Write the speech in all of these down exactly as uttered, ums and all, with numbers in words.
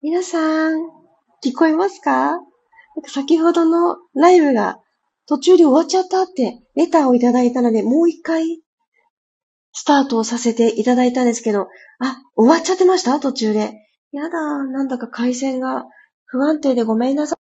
皆さん、聞こえますか？なんか先ほどのライブが途中で終わっちゃったってレターをいただいたので、もう一回スタートをさせていただいたんですけど、あ、終わっちゃってました途中で。やだ、なんだか回線が不安定でごめんなさい。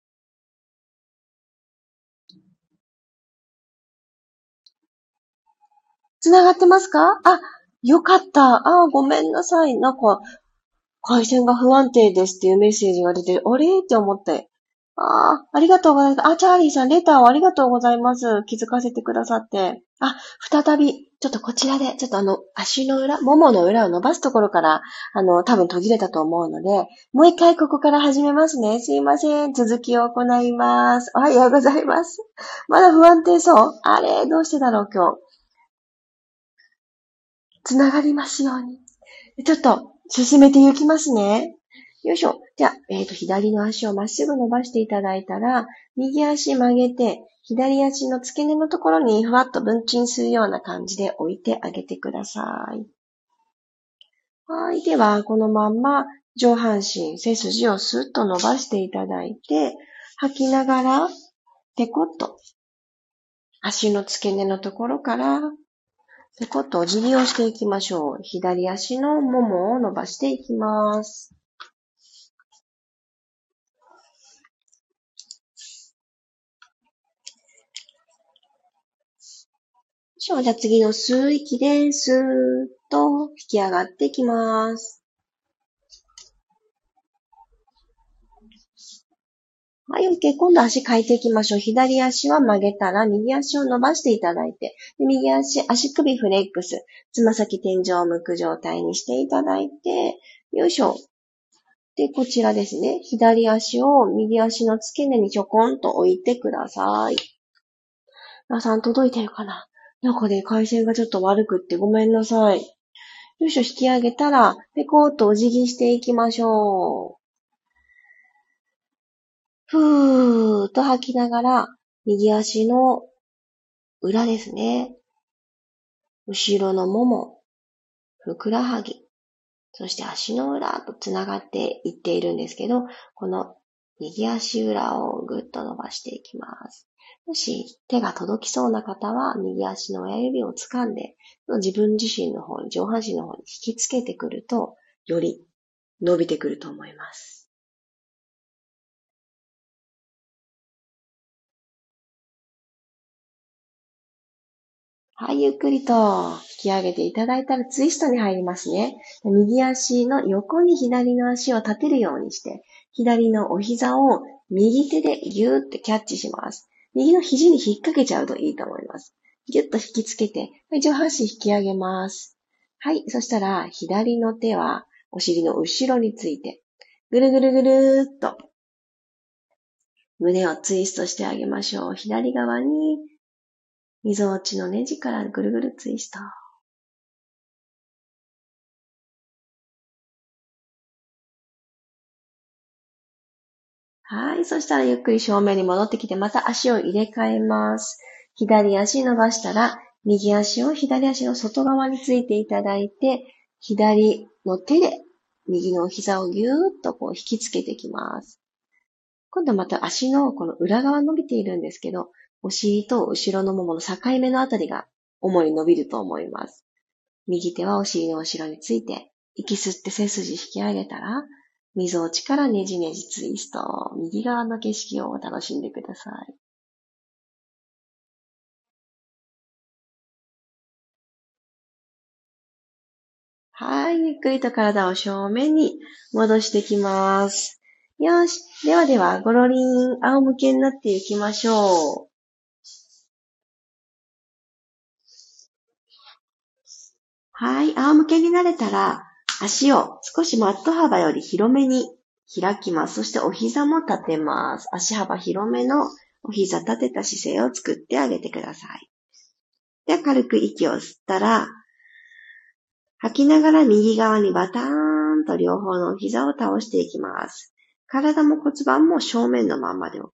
繋がってますか？あ、よかった。あ、ごめんなさい。なんか、回線が不安定ですっていうメッセージが出て、あれって思って。ああ、ありがとうございます。あ、チャーリーさん、レターをありがとうございます。気づかせてくださって。あ、再び、ちょっとこちらで、ちょっとあの、足の裏、ももの裏を伸ばすところから、あの、多分途切れたと思うので、もう一回ここから始めますね。すいません。続きを行います。おはようございます。まだ不安定そう。あれ、どうしてだろう、今日。つながりますように。ちょっと、進めていきますね。よいしょ。じゃあ、えっと、左の足をまっすぐ伸ばしていただいたら、右足曲げて、左足の付け根のところにふわっと分鎮するような感じで置いてあげてください。はい。では、このまんま上半身、背筋をスッと伸ばしていただいて、吐きながら、ペコッと、足の付け根のところから、ペコッとお辞儀をしていきましょう。左足のももを伸ばしていきます。じゃあ次の吸う息でスーッと引き上がっていきます。はい、OK。今度足変えていきましょう。左足は曲げたら右足を伸ばしていただいて、で右足、足首フレックス、つま先天井を向く状態にしていただいて、よいしょ。で、こちらですね。左足を右足の付け根にちょこんと置いてください。皆さん届いてるかな？なんかね、回線がちょっと悪くってごめんなさい。よいしょ、引き上げたら、ペコーっとお辞儀していきましょう。ふーっと吐きながら、右足の裏ですね。後ろのもも、ふくらはぎ、そして足の裏とつながっていっているんですけど、この右足裏をぐっと伸ばしていきます。もし手が届きそうな方は、右足の親指を掴んで、自分自身の方に、上半身の方に引きつけてくると、より伸びてくると思います。はい、ゆっくりと引き上げていただいたらツイストに入りますね。右足の横に左の足を立てるようにして、左のお膝を右手でギューってキャッチします。右の肘に引っ掛けちゃうといいと思います。ギュッと引きつけて、上半身引き上げます。はい、そしたら左の手はお尻の後ろについて、ぐるぐるぐるーっと胸をツイストしてあげましょう。左側にみぞおちのネジからぐるぐるツイスト。はい。そしたらゆっくり正面に戻ってきて、また足を入れ替えます。左足伸ばしたら、右足を左足の外側についていただいて、左の手で右の膝をぎゅーっとこう引きつけていきます。今度また足のこの裏側伸びているんですけど、お尻と後ろのももの境目のあたりが主に伸びると思います。右手はお尻の後ろについて、息吸って背筋引き上げたら、みぞおちからねじねじツイスト、右側の景色を楽しんでください。はい、ゆっくりと体を正面に戻してきます。よし。ではでは、ゴロリン、仰向けになっていきましょう。はい、仰向けになれたら、足を少しマット幅より広めに開きます。そしてお膝も立てます。足幅広めのお膝立てた姿勢を作ってあげてください。では軽く息を吸ったら、吐きながら右側にバターンと両方のお膝を倒していきます。体も骨盤も正面のまんまで OK。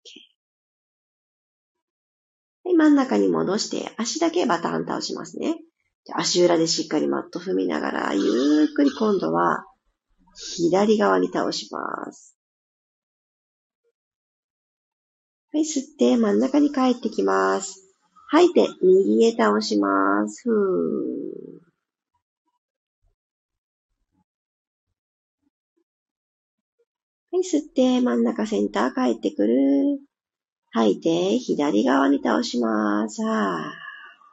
で真ん中に戻して足だけバターン倒しますね。足裏でしっかりマット踏みながら、ゆっくり今度は左側に倒します。はい、吸って真ん中に帰ってきます。吐いて右へ倒します。ふー。はい、吸って真ん中センター帰ってくる。吐いて左側に倒します。はー。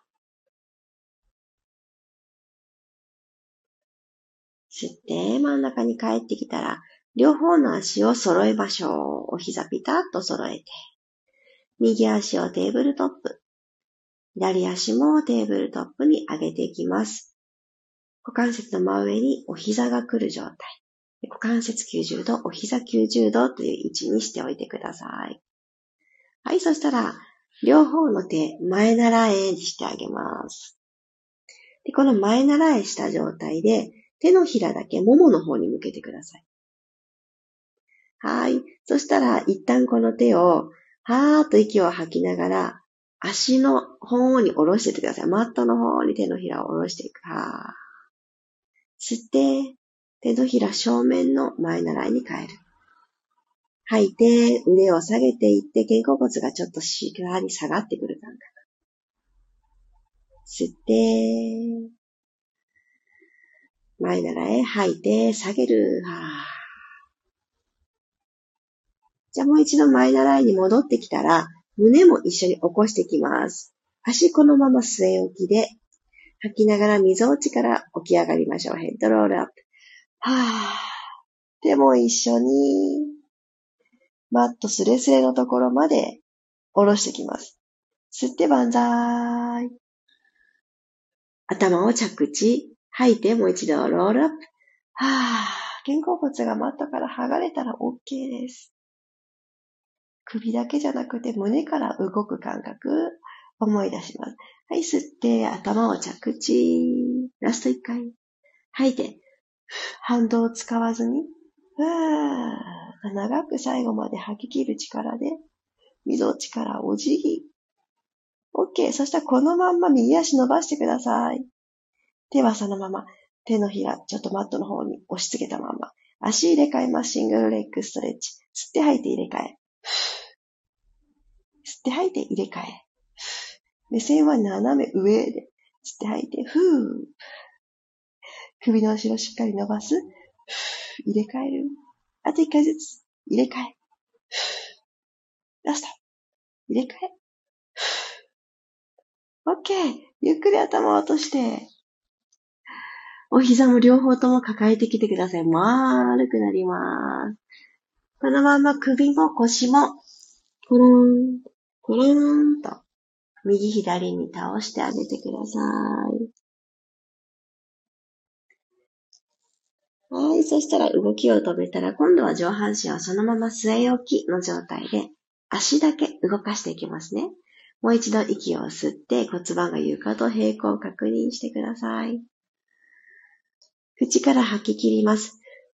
吸って真ん中に帰ってきたら、両方の足を揃えましょう。お膝ピタッと揃えて。右足をテーブルトップ。左足もテーブルトップに上げていきます。股関節の真上にお膝が来る状態。股関節きゅうじゅうど、お膝きゅうじゅうどという位置にしておいてください。はい、そしたら、両方の手、前習えにしてあげます。で、この前習えした状態で、手のひらだけももの方に向けてください。はい。そしたら、一旦この手を、はーっと息を吐きながら、足の方に下ろしていってください。マットの方に手のひらを下ろしていく。はー。吸って、手のひら正面の前習いに変える。吐いて、腕を下げていって、肩甲骨がちょっと下に下がってくる感覚。吸って、前習え、吐いて、下げる。はー。じゃあもう一度前習いに戻ってきたら、胸も一緒に起こしていきます。足このまま据え置きで、吐きながら溝落ちから起き上がりましょう。ヘッドロールアップ。はぁ。手も一緒に、マットスレスレのところまで下ろしていきます。吸って万歳。頭を着地。吐いてもう一度ロールアップ。はぁ。肩甲骨がマットから剥がれたら OK です。首だけじゃなくて胸から動く感覚思い出します。はい、吸って頭を着地。ラストいっかい。吐いて、反動を使わずに、ふー長く最後まで吐き切る力で、溝落ちからお辞儀。OK。そしたらこのまんま右足伸ばしてください。手はそのまま、手のひら、ちょっとマットの方に押し付けたまま。足入れ替えます。シングルレッグストレッチ。吸って吐いて入れ替え。吸って吐いて入れ替え。目線は斜め上で。吸って吐いて、ふー。首の後ろしっかり伸ばす。入れ替える。あと一回ずつ。入れ替え。ラスト。入れ替え。OK。ゆっくり頭を落として。お膝も両方とも抱えてきてください。丸くなります。このまま首も腰も、コローン、コローンと、右左に倒してあげてください。はい。そしたら動きを止めたら、今度は上半身をそのまま据え置きの状態で、足だけ動かしていきますね。もう一度息を吸って骨盤が床と平行を確認してください。口から吐き切ります。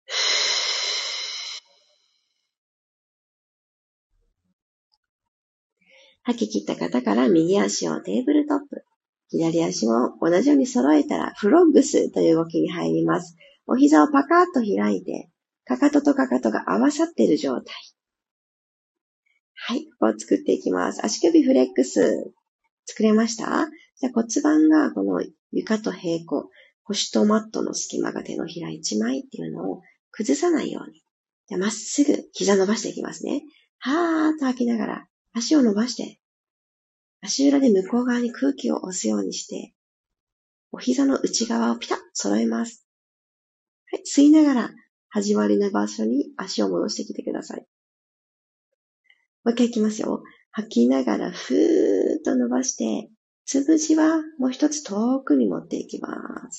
吐き切った方から右足をテーブルトップ。左足も同じように揃えたらフロッグスという動きに入ります。お膝をパカッと開いて、かかととかかとが合わさっている状態。はい、ここを作っていきます。足首フレックス。作れました？じゃあ骨盤がこの床と平行、腰とマットの隙間が手のひら一枚っていうのを崩さないように。じゃあまっすぐ膝伸ばしていきますね。はーっと吐きながら足を伸ばして、足裏で向こう側に空気を押すようにして、お膝の内側をピタッと揃えます。はい、吸いながら始まりの場所に足を戻してきてください。もう一回いきますよ。吐きながらふーっと伸ばして、つぶじはもう一つ遠くに持っていきます。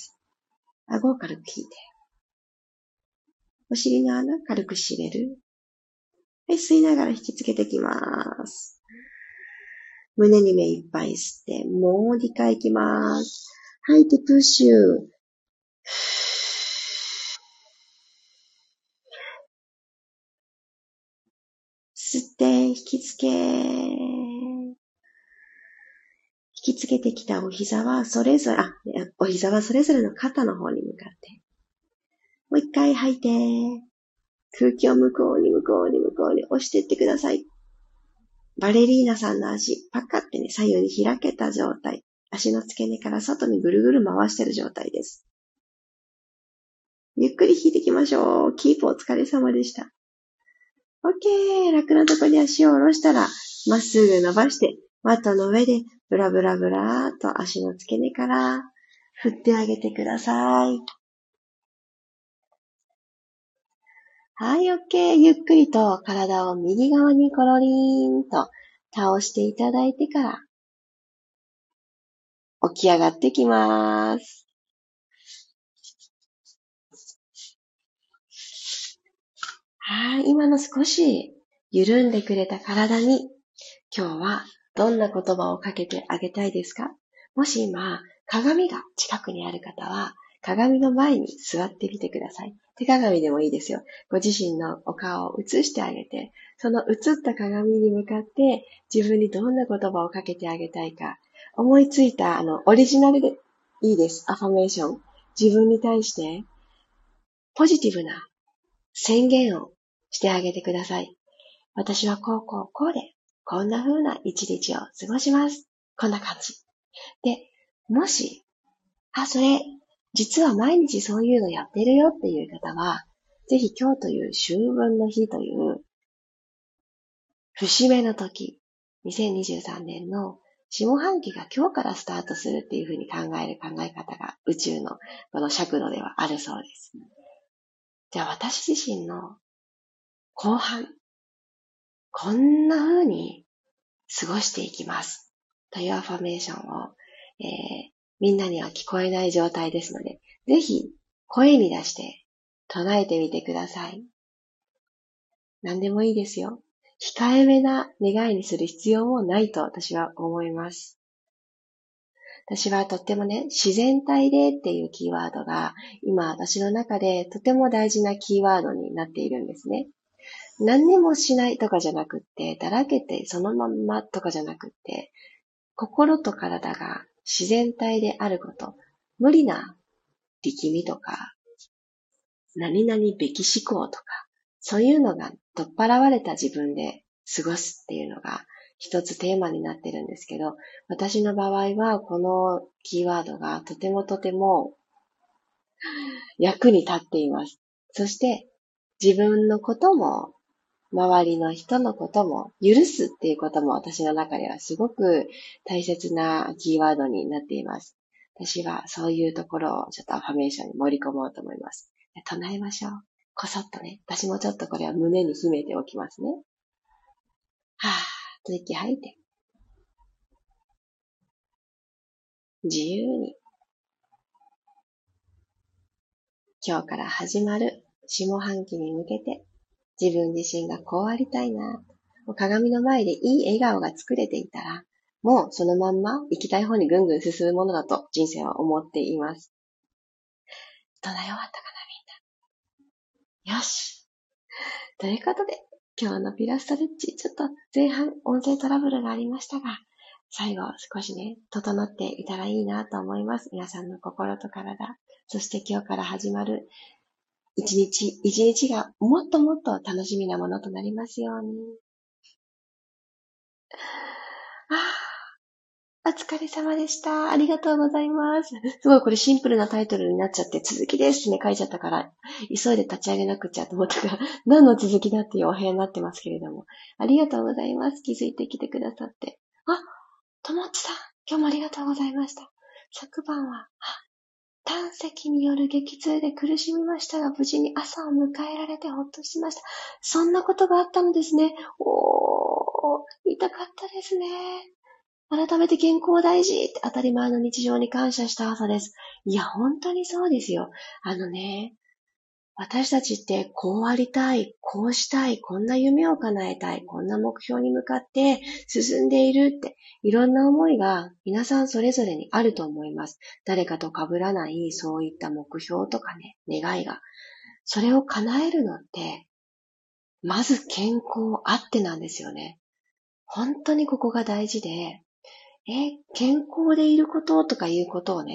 顎を軽く引いて。お尻の穴軽く締める。はい、吸いながら引きつけていきます。胸に目いっぱい吸って、もうにかいいきます。吐いてプッシュ。吸って、引きつけ。引きつけてきたお膝はそれぞれ、あ、お膝はそれぞれの肩の方に向かって。 う一回吐いて、空気を向こうに向こうに向こうに押していってください。バレリーナさんの足、パカってね、左右に開けた状態。足の付け根から外にぐるぐる回してる状態です。ゆっくり引いていきましょう。キープお疲れ様でした。OK。楽なとこに足を下ろしたら、まっすぐ伸ばして、マットの上でブラブラブラーっと足の付け根から振ってあげてください。はい、OK。ゆっくりと体を右側にコロリーンと倒していただいてから起き上がってきます。はい、今の少し緩んでくれた体に今日はどんな言葉をかけてあげたいですか？もし今鏡が近くにある方は鏡の前に座ってみてください。手鏡でもいいですよ。ご自身のお顔を映してあげて、その映った鏡に向かって自分にどんな言葉をかけてあげたいか、思いついたあのオリジナルでいいです。アファメーション。自分に対してポジティブな宣言をしてあげてください。私はこうこうこうで、こんな風な一日を過ごします。こんな感じ。で、もし、あ、それ、実は毎日そういうのやってるよっていう方は、ぜひ今日という秋分の日という節目の時、にせんにじゅうさんねんの下半期が今日からスタートするっていう風に考える考え方が宇宙のこの尺度ではあるそうです。じゃあ私自身の後半、こんな風に過ごしていきますというアファメーションを、えー、みんなには聞こえない状態ですので、ぜひ声に出して唱えてみてください。何でもいいですよ。控えめな願いにする必要もないと私は思います。私はとってもね、自然体でっていうキーワードが今私の中でとても大事なキーワードになっているんですね。何にもしないとかじゃなくって、だらけてそのまんまとかじゃなくって、心と体が自然体であること、無理な力みとか、何々べき思考とか、そういうのが取っ払われた自分で過ごすっていうのが一つテーマになってるんですけど、私の場合はこのキーワードがとてもとても役に立っています。そして自分のことも周りの人のことも許すっていうことも私の中ではすごく大切なキーワードになっています。私はそういうところをちょっとアファメーションに盛り込もうと思います。唱えましょう。こそっとね。私もちょっとこれは胸に秘めておきますね。はぁ、と息吐いて。自由に。今日から始まる下半期に向けて自分自身がこうありたいな。鏡の前でいい笑顔が作れていたら、もうそのまんま行きたい方にぐんぐん進むものだと人生は思っています。唱え終わったかなみんな。よし。ということで、今日のピラストレッチ、ちょっと前半音声トラブルがありましたが、最後少しね、整っていたらいいなと思います。皆さんの心と体、そして今日から始まる一日、一日がもっともっと楽しみなものとなりますように。あー、お疲れ様でした。ありがとうございます。すごいこれシンプルなタイトルになっちゃって続きですってね書いちゃったから急いで立ち上げなくちゃと思ったから何の続きだっていうお部屋になってますけれども。ありがとうございます。気づいてきてくださって。あ、ともっちさん、今日もありがとうございました。昨晩は、胆石による激痛で苦しみましたが、無事に朝を迎えられてほっとしました。そんなことがあったのですね。おー、痛かったですね。改めて健康大事って当たり前の日常に感謝した朝です。いや、本当にそうですよ。あのね、私たちってこうありたい、こうしたい、こんな夢を叶えたい、こんな目標に向かって進んでいるって、いろんな思いが皆さんそれぞれにあると思います。誰かと被らないそういった目標とかね、願いが。それを叶えるのって、まず健康あってなんですよね。本当にここが大事で、え、健康でいることとかいうことをね、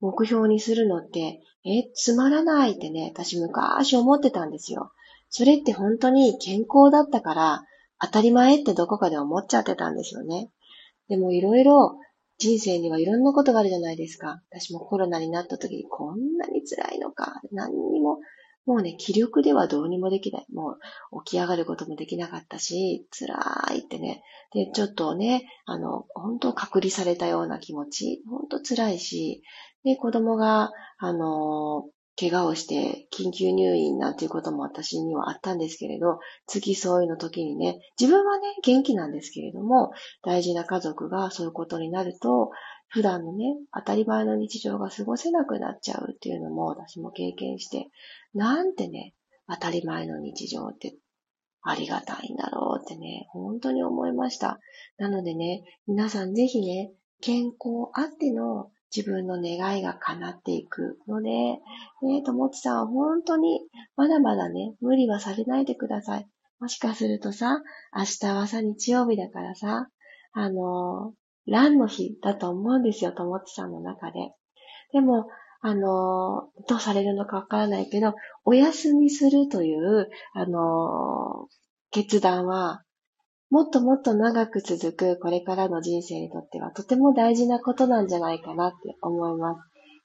目標にするのって、え、つまらないってね、私昔思ってたんですよ。それって本当に健康だったから、当たり前ってどこかで思っちゃってたんですよね。でもいろいろ人生にはいろんなことがあるじゃないですか。私もコロナになった時にこんなに辛いのか。何にも、もうね、気力ではどうにもできない。もう起き上がることもできなかったし、辛いってね。で、ちょっとね、あの、本当隔離されたような気持ち。本当辛いし、で、子供が、あの、怪我をして緊急入院なんていうことも私にはあったんですけれど、付き添いの時にね、自分はね、元気なんですけれども、大事な家族がそういうことになると、普段のね、当たり前の日常が過ごせなくなっちゃうっていうのも私も経験して、なんてね、当たり前の日常ってありがたいんだろうってね、本当に思いました。なのでね、皆さんぜひね、健康あっての自分の願いが叶っていくので、ね、ともちさんは本当にまだまだね、無理はされないでください。もしかするとさ、明日はさ、日曜日だからさ、あの、ランの日だと思うんですよ、ともちさんの中で。でも、あの、どうされるのかわからないけど、お休みするという、あの、決断は、もっともっと長く続くこれからの人生にとってはとても大事なことなんじゃないかなって思います。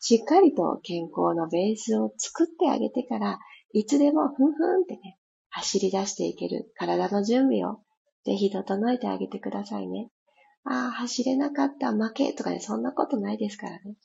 しっかりと健康のベースを作ってあげてから、いつでもふんふんってね、走り出していける体の準備をぜひ整えてあげてくださいね。ああ、走れなかった、負けとかね、そんなことないですからね。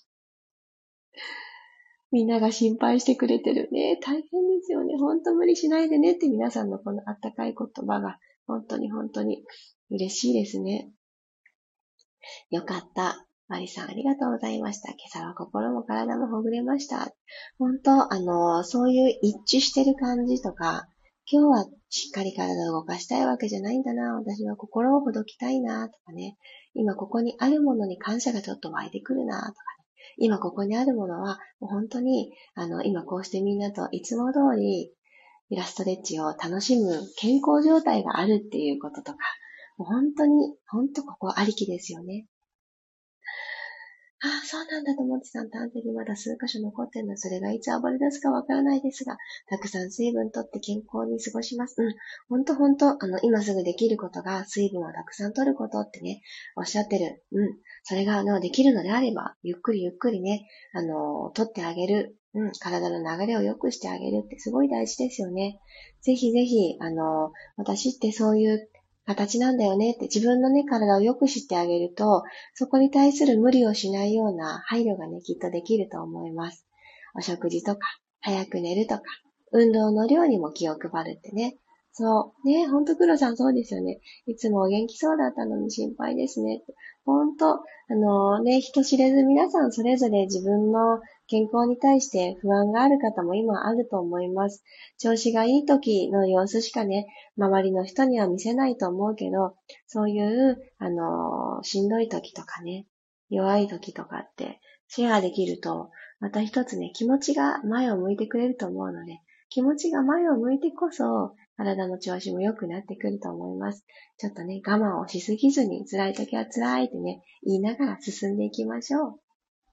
みんなが心配してくれてるね。大変ですよね。ほんと無理しないでねって皆さんのこのあったかい言葉が本当に本当に嬉しいですね。よかった。マリさんありがとうございました。今朝は心も体もほぐれました。本当、あの、そういう一致してる感じとか、今日はしっかり体を動かしたいわけじゃないんだな。私は心をほどきたいなとかね。今ここにあるものに感謝がちょっと湧いてくるなとかね。今ここにあるものは、もう本当に、あの、今こうしてみんなといつも通り、イラストレッチを楽しむ健康状態があるっていうこととか、もう本当に、本当ここありきですよね。ああ、そうなんだともちさん、端的にまだ数箇所残ってるの。それがいつ暴れ出すかわからないですが、たくさん水分とって健康に過ごします。うん。ほんとほんと、あの、今すぐできることが水分をたくさん取ることってね、おっしゃってる。うん。それが、あの、できるのであれば、ゆっくりゆっくりね、あの、取ってあげる。うん。体の流れを良くしてあげるってすごい大事ですよね。ぜひぜひ、あの、私ってそういう形なんだよねって自分のね、体をよく知ってあげると、そこに対する無理をしないような配慮がね、きっとできると思います。お食事とか、早く寝るとか、運動の量にも気を配るってね。そう。ね、ほんと黒さんそうですよね。いつもお元気そうだったのに心配ですね。ほんと、あのね、人知れず皆さんそれぞれ自分の健康に対して不安がある方も今あると思います。調子がいい時の様子しかね、周りの人には見せないと思うけど、そういう、あの、しんどい時とかね、弱い時とかってシェアできると、また一つね、気持ちが前を向いてくれると思うので、気持ちが前を向いてこそ、体の調子も良くなってくると思います。ちょっとね、我慢をしすぎずに、辛い時は辛いってね、言いながら進んでいきましょう。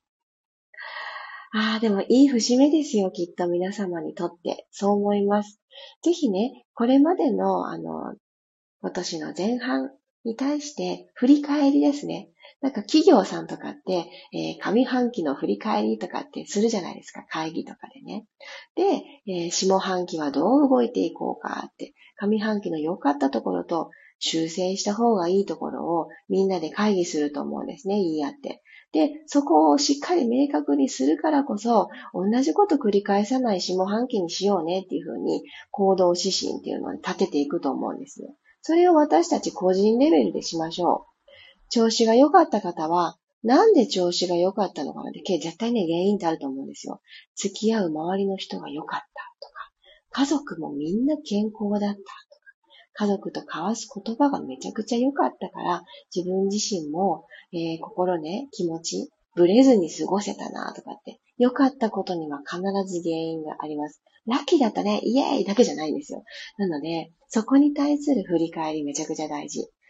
ああ、でもいい節目ですよ、きっと皆様にとって。そう思います。ぜひね、これまでの、あの、今年の前半に対して振り返りですね。なんか企業さんとかって、えー、上半期の振り返りとかってするじゃないですか、会議とかでね。で、えー、下半期はどう動いていこうかって、上半期の良かったところと修正した方がいいところをみんなで会議すると思うんですね、言い合って。で、そこをしっかり明確にするからこそ、同じこと繰り返さない下半期にしようねっていうふうに行動指針っていうのを立てていくと思うんですよ。それを私たち個人レベルでしましょう。調子が良かった方は、なんで調子が良かったのかなって、絶対ね、原因ってあると思うんですよ。付き合う周りの人が良かったとか、家族もみんな健康だったとか、家族と交わす言葉がめちゃくちゃ良かったから、自分自身も、えー、心ね、気持ち、ブレずに過ごせたなとかって、良かったことには必ず原因があります。ラッキーだったね、イエーイだけじゃないんですよ。なので、そこに対する振り返りめちゃくちゃ大事。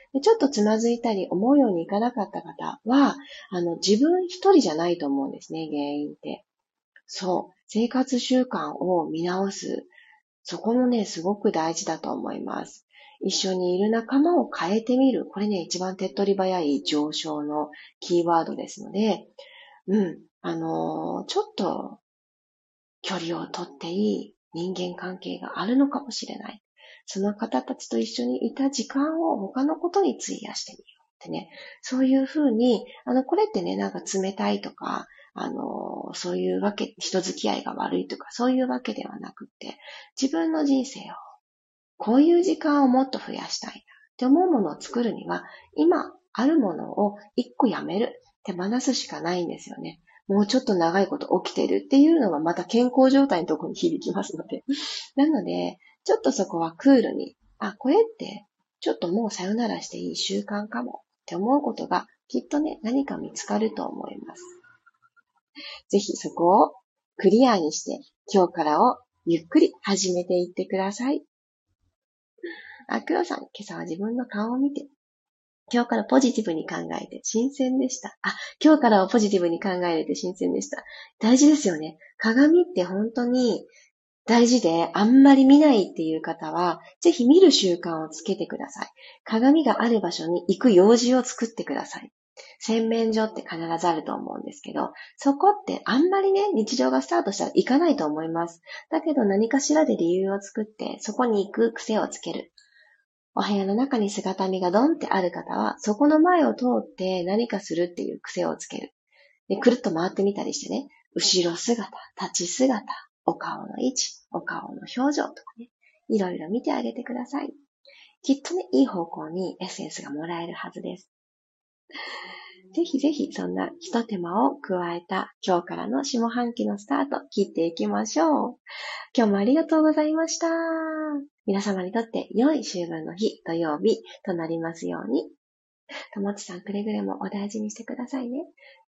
でちょっとつまずいたり思うようにいかなかった方は、あの、自分一人じゃないと思うんですね、原因って。そう。生活習慣を見直す。そこもね、すごく大事だと思います。一緒にいる仲間を変えてみる。これね、一番手っ取り早い上昇のキーワードですので、うん。あのー、ちょっと距離をとっていい人間関係があるのかもしれない。その方たちと一緒にいた時間を他のことに費やしてみようってね。そういうふうに、あの、これってね、なんか冷たいとか、あの、そういうわけ、人付き合いが悪いとか、そういうわけではなくって、自分の人生を、こういう時間をもっと増やしたいなって思うものを作るには、今あるものを一個やめる、手放すしかないんですよね。もうちょっと長いこと起きてるっていうのがまた健康状態のところに響きますので。なので、ちょっとそこはクールに、あ、これってちょっともうさよならしていい習慣かもって思うことがきっとね、何か見つかると思います。ぜひそこをクリアにして今日からをゆっくり始めていってください。あ、黒さん、今朝は自分の顔を見て今日からポジティブに考えて新鮮でした。あ、今日からをポジティブに考えれて新鮮でした。大事ですよね。鏡って本当に大事で、あんまり見ないっていう方は、ぜひ見る習慣をつけてください。鏡がある場所に行く用事を作ってください。洗面所って必ずあると思うんですけど、そこってあんまりね、日常がスタートしたら行かないと思います。だけど何かしらで理由を作って、そこに行く癖をつける。お部屋の中に姿見がドンってある方は、そこの前を通って何かするっていう癖をつける。で、くるっと回ってみたりしてね、後ろ姿、立ち姿、お顔の位置、お顔の表情とかね、いろいろ見てあげてください。きっとね、いい方向にエッセンスがもらえるはずです。ぜひぜひそんな一手間を加えた今日からの下半期のスタート切っていきましょう。今日もありがとうございました。皆様にとって良い秋分の日、土曜日となりますように。ともちさんくれぐれもお大事にしてくださいね。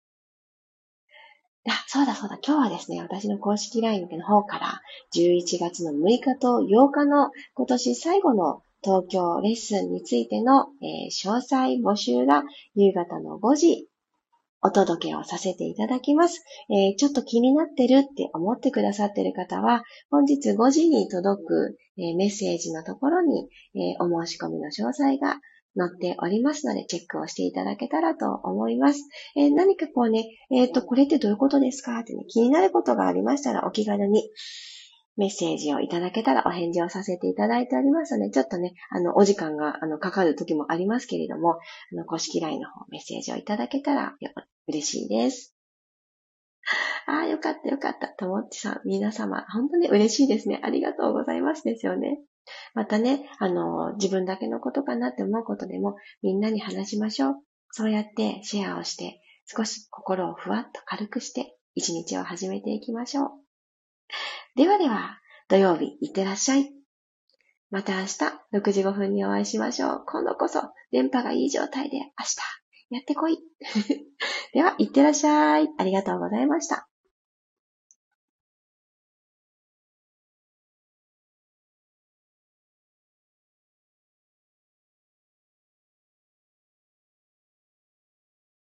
あ、そうだそうだ。今日はですね、私の公式 ライン の方からじゅういちがつのむいかとようかの今年最後の東京レッスンについての、えー、詳細募集が夕方のごじお届けをさせていただきます。えー、ちょっと気になってるって思ってくださってる方は、本日ごじに届く、えー、メッセージのところに、えー、お申し込みの詳細が載っておりますので、チェックをしていただけたらと思います。えー、何かこうね、えっと、これってどういうことですかってね、気になることがありましたらお気軽にメッセージをいただけたらお返事をさせていただいておりますので、ちょっとね、あの、お時間があのかかる時もありますけれども、あの、公式 ライン の方メッセージをいただけたら嬉しいです。ああ、よかったよかった。ともっちさん、皆様、本当に嬉しいですね。ありがとうございますですよね。またね、あの、自分だけのことかなって思うことでも、みんなに話しましょう。そうやってシェアをして、少し心をふわっと軽くして、一日を始めていきましょう。ではでは、土曜日、いってらっしゃい。また明日、ろくじごふんにお会いしましょう。今度こそ、電波がいい状態で明日、やってこい。では、いってらっしゃい。ありがとうございました。